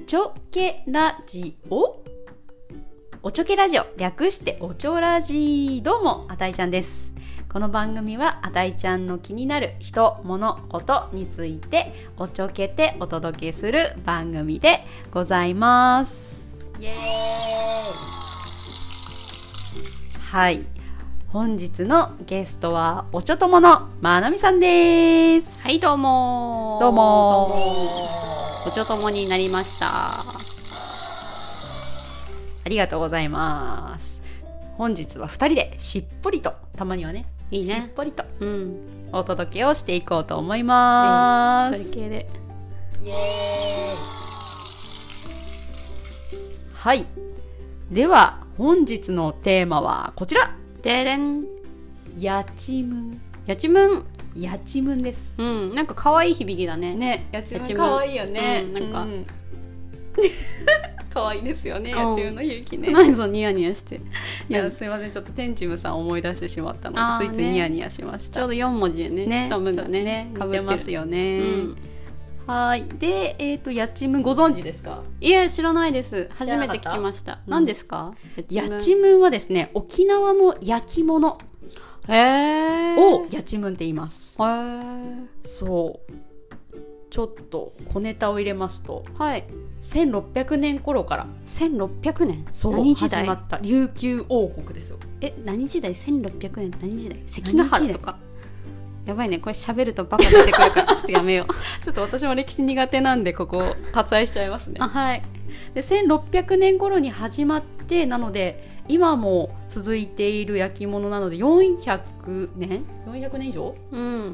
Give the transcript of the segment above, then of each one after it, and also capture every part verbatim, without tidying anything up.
ちょけラジオおちょけラジオ、略しておちょラジ。どうも、あたいちゃんです。この番組はあたいちゃんの気になる人、物、ことについておちょけてお届けする番組でございます。イエーイ。はい、本日のゲストはおちょとものまなみさんです。 はい、どうもどうもどうもおちょともになりました。 ありがとうございます。本日はふたりでしっぽりと、たまにはね、 いいね、 しっぽりとうんお届けをしていこうと思います。 えー、しっとり系でイエーイ。はい、では本日のテーマはこちら。 ででん、 やちむん。 やちむん。 やちむんです。 うん、なんか可愛い響きだね。 ね、やちむん可愛いよね。 うん、なんか、うん、 可愛いですよね、やちむんの響きね。 何そのニヤニヤして。 いや、すいません、ちょっとテンチムさん思い出してしまったので、ついついニヤニヤしました。 ちょうどよんもじでね、ちとむがね、 ね、似てますよね。 うん、 はい。で、えっと、やちむんご存知ですか？ いえ、知らないです。初めて聞きました。何ですか？ やちむんはですね、沖縄の焼き物へをやちむんって言います。 へー。 そう。ちょっと小ネタを入れますと、 はい。 せんろっぴゃくねん頃からせんろっぴゃくねん、 そう何時代始まった琉球王国ですよ。 え、何時代？せんろっぴゃくねん何時代？関ヶ原とか。やばいね、これ喋るとバカ出てくるからちょっとやめよう。 ちょっと私も歴史苦手なんでここ割愛しちゃいますね。 あ、はい。 でせんろっぴゃくねん頃に始まって、なので今も続いている焼き物なのでよんひゃくねんよんひゃくねん以上、 うん、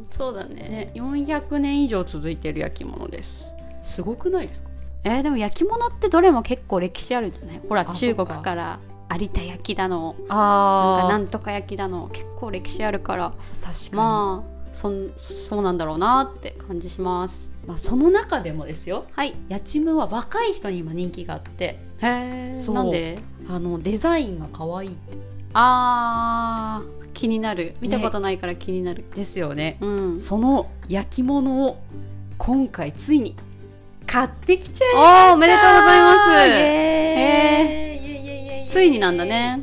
そうだね。 ね、よんひゃくねん以上続いている焼き物です。すごくないですか？ えー、でも焼き物ってどれも結構歴史あるんじゃない？ほら、中国かから有田焼きだの、 あなんかなんとか焼きだの、結構歴史あるから、 確かに、 まあそんそうなんだろうなって感じします。 まあ、その中でもですよ、 はい、 やちむんは若い人に今人気があって、 へー、なんで？ あのデザインが可愛いって。 あー、気になる。見たことないから気になる、 ね、ですよね、 うん、 その焼き物を今回ついに買ってきちゃいました。 おー、おめでとうございます。 へー、ついになんだね。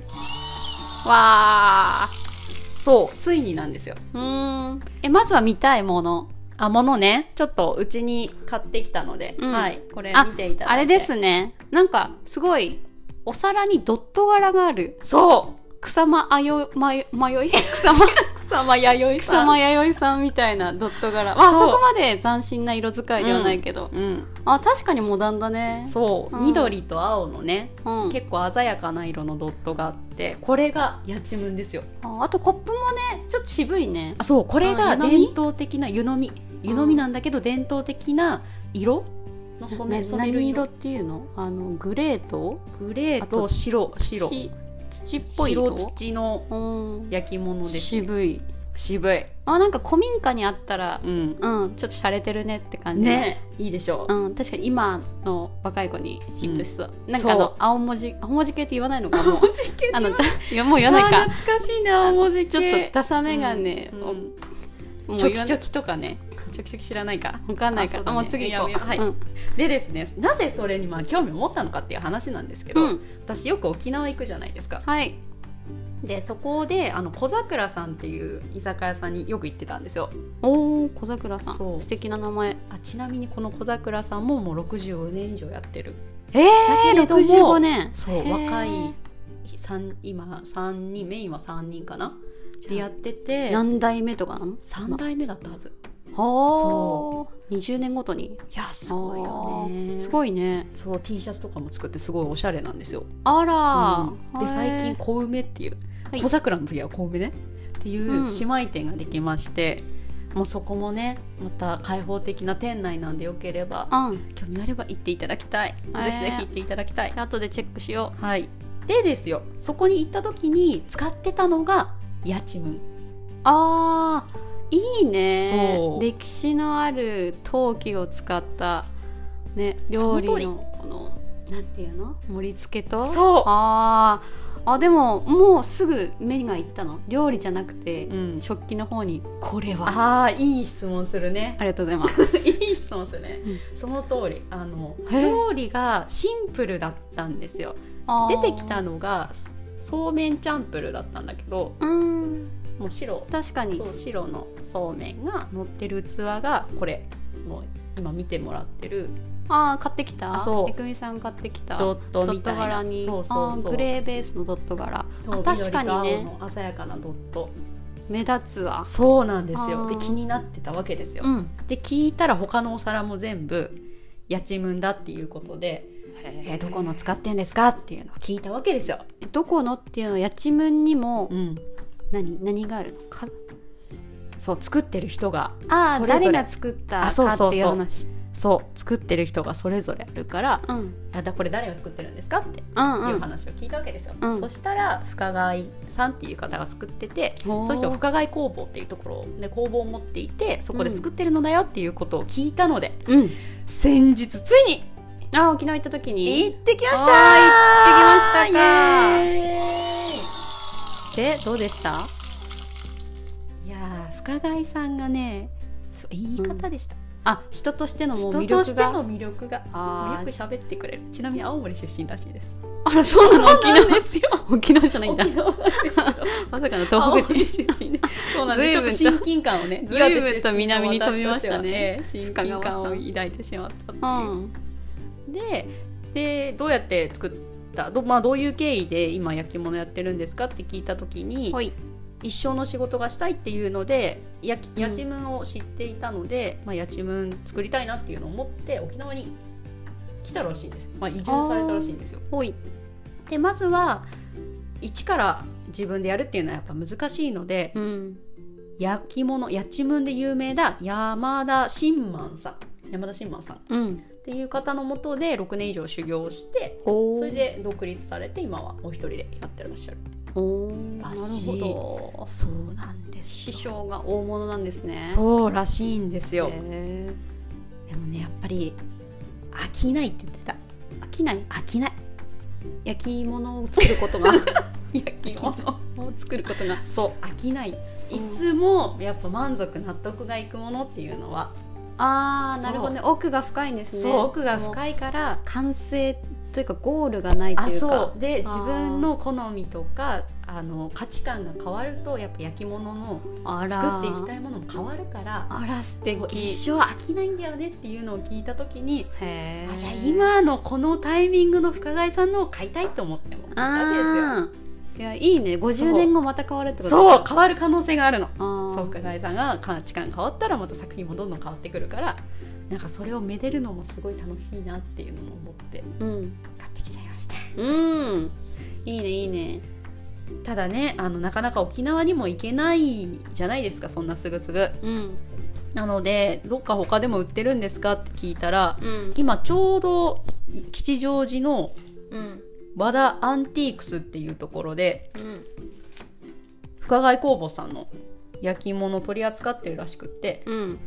わー、 そう、ついになんですよ。 うーん、え、まずは見たいもの。 あ、ものね、ちょっとうちに買ってきたので、うん、はい、これ見ていただいて。 あ、あれですね、なんかすごいお皿にドット柄がある。 そう、 草間あよまよ迷い草間草間弥生さん、 草間弥生さんみたいなドット柄。まあ、そこまで斬新な色使いではないけど、 うんうん、 あ、確かにモダンだね。 そう、うん、緑と青のね、 うん、結構鮮やかな色のドットがあって、これがやちむんですよ。 あ, あとコップもね、ちょっと渋いね。 あ、そう、これが伝統的な湯飲み湯飲みなんだけど、伝統的な色の染め、染める色。 何色っていうの？あのグレーとグレーと白白土っぽい色、 白土の焼き物です、ね、 渋い渋い。 あ、なんか古民家にあったら、うん、うん、ちょっと洒落てるねって感じね。いいでしょう、 うん、確かに今の若い子にヒットしそう、うん、なんかあの青文字青文字系って言わないのかもうあのいや、もう言わないか。 懐かしいね、青文字系。 ちょっとダサメガネ、うんうん、チョキチョキとかね、チョキチョキ知らないか分かんないから、ね、もう次行こう。 はい、うん、でですね、なぜそれにまあ興味を持ったのかっていう話なんですけど、うん、私よく沖縄行くじゃないですか。 はい。 でそこであの小桜さんっていう居酒屋さんによく行ってたんですよ。 おー、小桜さん、素敵な名前。 あ、ちなみにこの小桜さんももうろくじゅうごねん以上やってる。 えー、だけれどもろくじゅうごねん、 そう、若いさん今さんにん、メインはさんにんかなでやってて、 何代目とかなの？ さん代目だったはず。 はー、にじゅうねんごとに。 いや、すごいよね。 すごいね。 そう、 T シャツとかも作ってすごいおしゃれなんですよ。 あら、 うん、で最近小梅っていう、はい、小桜の次は小梅ねっていう姉妹店ができまして、うん、もうそこもね、また開放的な店内なんでよければ、うん、興味あれば行っていただきたい、えー、ぜひぜひ行っていただきたい。 じゃあ後でチェックしよう。はい。でですよ、そこに行った時に使ってたのがやちむん。 あー、いいね。そう、歴史のある陶器を使った、ね、料理のこのなんていうの、盛り付けと、 そう、 ああでももうすぐ目がいったの？料理じゃなくて、 うん、 食器の方にこれは。 ああいい質問するね。 ありがとうございますいい質問するね、うん、その通り。あの料理がシンプルだったんですよ。出てきたのがそうめんチャンプルだったんだけど、 うん、 もう白、 確かにそう白のそうめんが乗ってる器がこれ、もう今見てもらってる、 ああ買ってきた、 あそうえくみさん買ってきたドットみたいな、 ドット柄に、 そうそうそう、 グレーベースのドット柄、あ確かにね、 緑と青の鮮やかなドット目立つわ。 そうなんですよ。で気になってたわけですよ、 うん、 で聞いたら他のお皿も全部やちむんだっていうことで、えー、どこの使ってんですかっていうのを聞いたわけですよ。 どこのっていうのはやちむんにも、 うん、 何何があるのか、 そう作ってる人があそれぞれ、 誰が作ったかっていう話。 そう作ってる人がそれぞれあるから、 うん、 いやだこれ誰が作ってるんですかっていう話を聞いたわけですよ、うんうん、そしたら深貝さんっていう方が作ってて、うん、その人深貝工房っていうところで工房を持っていて、そこで作ってるのだよっていうことを聞いたので、うん、先日ついにあ沖縄行った時に行ってきました。 行ってきましたか。 イエーイでどうでした？いや深貝さんがね、そういい方でした、うん、 あ人としてのもう魅力が、 人としての魅力がよく喋ってくれる。ちなみに青森出身らしいです。 あらそうなの？沖縄ですよ。 沖縄じゃないんだ。 沖縄なんですけどまさかの東北人出身で、そうなんです。ちょっと親近感をね、 ずいぶんと南に飛びましたね。 親近感を抱いてしまったっていう、うん、で, でどうやって作ったど,、まあ、どういう経緯で今焼き物やってるんですかって聞いた時に、一生の仕事がしたいっていうのでやきやちむんを知っていたので、うん、まあ、やちむん作りたいなっていうのを思って沖縄に来たらしいんです、まあ、移住されたらしいんですよ。でまずは一から自分でやるっていうのはやっぱ難しいので、うん、焼き物やちむんで有名な山田新満さん山田新満さん、うん、っていう方のもとでろくねん以上修行してそれで独立されて今はお一人でやってらっしゃる。 おなるほど。 そうなんです。 師匠が大物なんですね。 そうらしいんですよ。でもねやっぱり飽きないって言ってた。 飽きない飽きない焼き物を作ることが焼き物を作ることがそう飽きない。いつもやっぱ満足納得がいくものっていうのは、 あーなるほどね。奥が深いんですね。 そう奥が深いから完成というかゴールがないというか、 あそうで自分の好みとかあの価値観が変わるとやっぱ焼き物の作っていきたいものも変わるから、 あら素敵。 一生飽きないんだよねっていうのを聞いた時に、へあじゃあ今のこのタイミングの深貝さんのを買いたいと思っても買ったわけですよ。 いやいいね。ごじゅうねんごまた変わるってことそう変わる可能性があるの。そう深貝さんが価値観変わったらまた作品もどんどん変わってくるから、なんかそれをめでるのもすごい楽しいなっていうのも思って買ってきちゃいました。 うんいいねいいね。 ただねあのなかなか沖縄にも行けないじゃないですか、そんなすぐすぐ、うん、なのでどっか他でも売ってるんですかって聞いたら、うん、今ちょうど吉祥寺の和田アンティークスっていうところで、うん、深貝工房さんの焼き物取り扱ってるらしくって、うん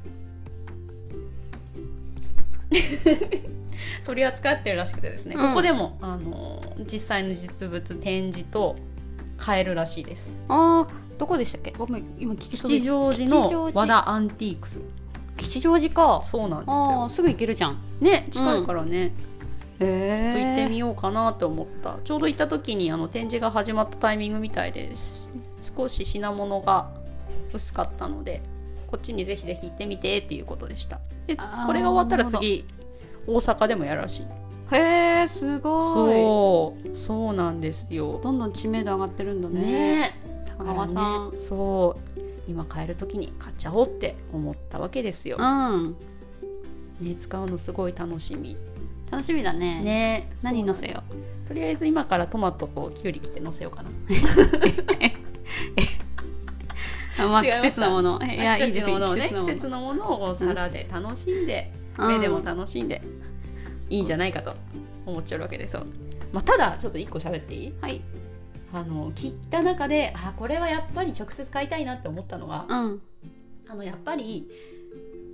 取り扱ってるらしくてですね、うん、ここでもあの実際の実物展示と買えるらしいです。 あーどこでしたっけ？今聞きそうです。 吉祥寺の和田アンティークス。 吉祥寺か。 そうなんですよ。 あすぐ行けるじゃんね、近いからね、 うん、へ行ってみようかなと思った。ちょうど行った時にあの展示が始まったタイミングみたいです。少し品物が薄かったのでこっちにぜひぜひ行ってみてっていうことでした。でこれが終わったら次大阪でもやるらしい。 へーすごい。 そうそうなんですよ。 どんどん知名度上がってるんだね。 ね高川さん、ね、そう今買える時に買っちゃおうって思ったわけですよ、うんね、使うのすごい楽しみ。 楽しみだね。 ね何乗せよう。とりあえず今からトマトとキュウリ切って乗せようかなあ、まあ、季節のもの。いや季節のものをね、季節のものをお皿で楽しんで、うん、目でも楽しんでいいんじゃないかと思っちゃうわけですよ。まあ、ただちょっといっこ喋っていい？ はい。 あの切った中であこれはやっぱり直接買いたいなって思ったのは、うん、あのやっぱり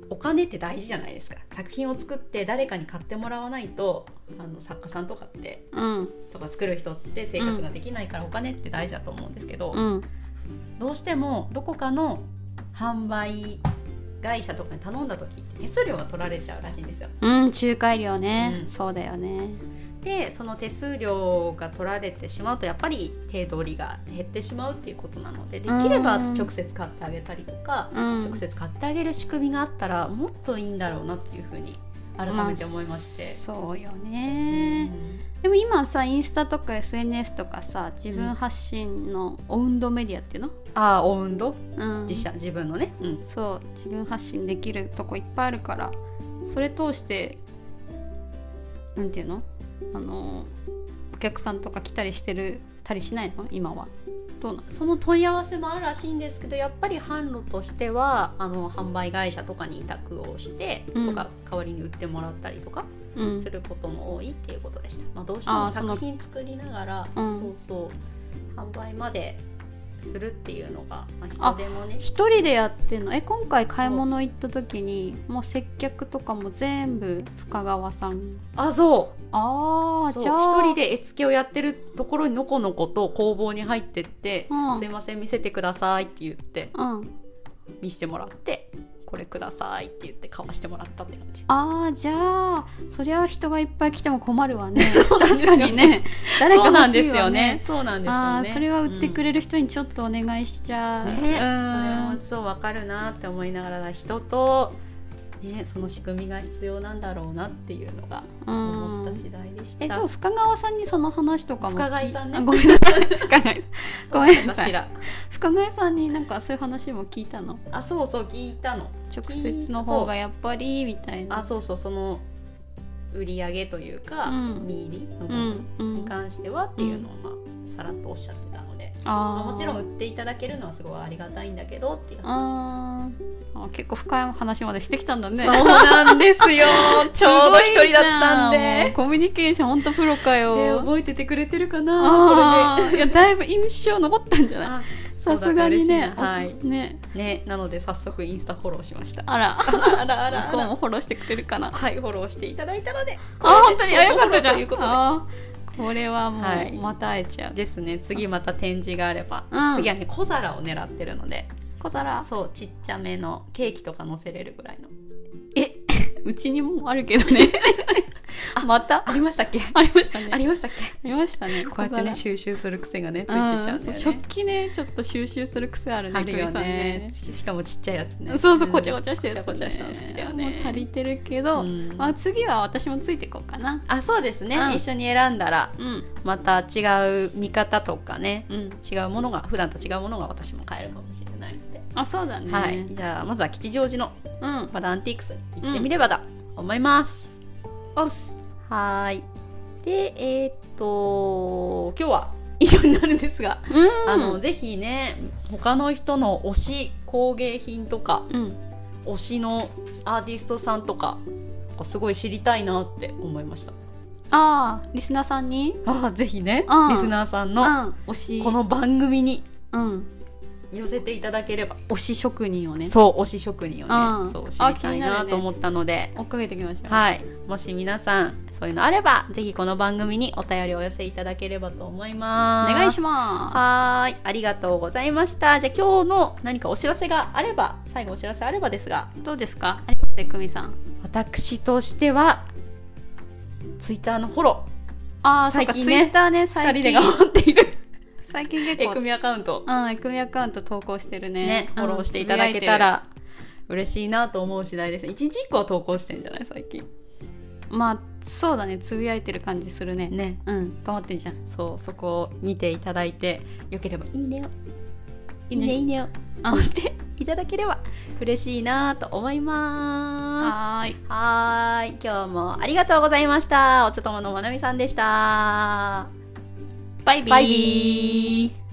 お金って大事じゃないですか。作品を作って誰かに買ってもらわないと、あの作家さんとかってうんとか作る人って生活ができないから、お金って大事だと思うんですけど、 うんどうしてもどこかの販売会社とかに頼んだ時って手数料が取られちゃうらしいんですよ。 うん、仲介料ね、 うんそうだよね。 でその手数料が取られてしまうとやっぱり手取りが減ってしまうっていうことなので、できれば直接買ってあげたりとか、 うん直接買ってあげる仕組みがあったらもっといいんだろうなっていうふうに改めて思いまして、 まあ、そうよね、うん、でも今さインスタとか エスエヌエス とかさ自分発信のオウンドメディアっていうの、 ああオウンド、 うん、 自社自分のね、うん、 そう自分発信できるとこいっぱいあるから、それ通してなんていうの、あのお客さんとか来たりしてるたりしないの今は。どうなん？ その問い合わせもあるらしいんですけど、やっぱり販路としてはあの販売会社とかに委託をして、うん、とか代わりに売ってもらったりとかすることも多いっていうことでした、うん、まあ、どうしても作品作りながら、うん、そうそう販売までするっていうのが、まあ、人でもね一人でやってんの？え今回買い物行った時にもう接客とかも全部深川さん？ あそうあそうじゃあ一人で絵付けをやってるところにのこのこと工房に入ってって、うん、すいません見せてくださいって言って、うん、見せてもらってこれくださいって言って買わしてもらったって感じ。 ああじゃあそりゃ人がいっぱい来ても困るわね確かにね誰か欲しいよね。 そうなんですよね。 ああそれは売ってくれる人にちょっとお願いしちゃう、 うん、ね、それもそう分かるなって思いながら、人とね、その仕組みが必要なんだろうなっていうのが思った次第でした。 えでも深川さんにその話とかも深川さんね、 ごめんなさい深川さんごめんなさい深川さんになんかそういう話も聞いたの？ あそうそう聞いたの。 直接の方がやっぱりみたいな。 あそうそうその売り上げというか、うん、見入りの部分に関してはっていうのを、まあ、さらっとおっしゃってたので、あ、まあ、もちろん売っていただけるのはすごいありがたいんだけどっていう話。 あ結構深い話までしてきたんだね。 そうなんですよちょうど一人だったんでコミュニケーションほんとプロかよ、 えー、覚えててくれてるかな。 これ、ね、いやだいぶ印象残ったんじゃない？さすがにね、 はいねね、なので早速インスタフォローしました。 あらあらあら向こうもフォローしてくれるかな。 はいフォローしていただいたので、 あ本当にあよかったじゃん。 ということであこれはもうまた会えちゃう、 はい、ですね。次また展示があれば、うん、次はね小皿を狙ってるので。 小皿そうちっちゃめのケーキとか乗せれるぐらいの。 えうちにもあるけどねまたありましたっけ？ ありましたね。 ありましたっけ？ ありましたね。 こうやってね収集する癖がねついてちゃうんだよね。 食器ねちょっと収集する癖あるね。 あるよね。しかもちっちゃいやつね。 そうそうこちゃこちゃしてるやつね。 こちゃこちゃしたの好きだよね。 もう足りてるけど、うん、まあ、次は私もついていこうかな。 あそうですね、うん、一緒に選んだら、うん、また違う見方とかね、うん、違うものが普段と違うものが私も買えるかもしれないので。 あそうだね、 はい、じゃあまずは吉祥寺の、うん、まだアンティークスに行ってみればだ、うん、思います。 おっす。 はい。でえー、っと今日は以上になるんですが、うん、あのぜひね他の人の推し工芸品とか、うん、推しのアーティストさんとかすごい知りたいなって思いました。 ああリスナーさんにあぜひね、 うん、 リスナーさんの推しこの番組に、うん寄せていただければ。 推し職人をね。 そう推し職人をね、うん、そう知りたいなと思ったので、 追っかけてきました、 はい、もし皆さんそういうのあればぜひこの番組にお便りをお寄せいただければと思います。 お願いします。 はいありがとうございました。じゃあ今日の何かお知らせがあれば、最後お知らせあればですがどうですか？ありがとう久美さん。 私としてはツイッターのフォロー、 あ最近ねツイッターね最近ふたりで頑張っている最近結構エクミアカウントうんエクミアカウント投稿してる ね, ねフォローしていただけたら嬉しいなと思う次第ですね。いちにちいっこは投稿してんじゃない最近。 まあそうだねつぶやいてる感じするね。 ねうん頑張ってんじゃん。 そうそこを見ていただいてよければいいねをいいねいいねを押していただければ嬉しいなと思います。 はいはーい今日もありがとうございました。おちょとものまなみさんでした。 バイビー。 バイビー。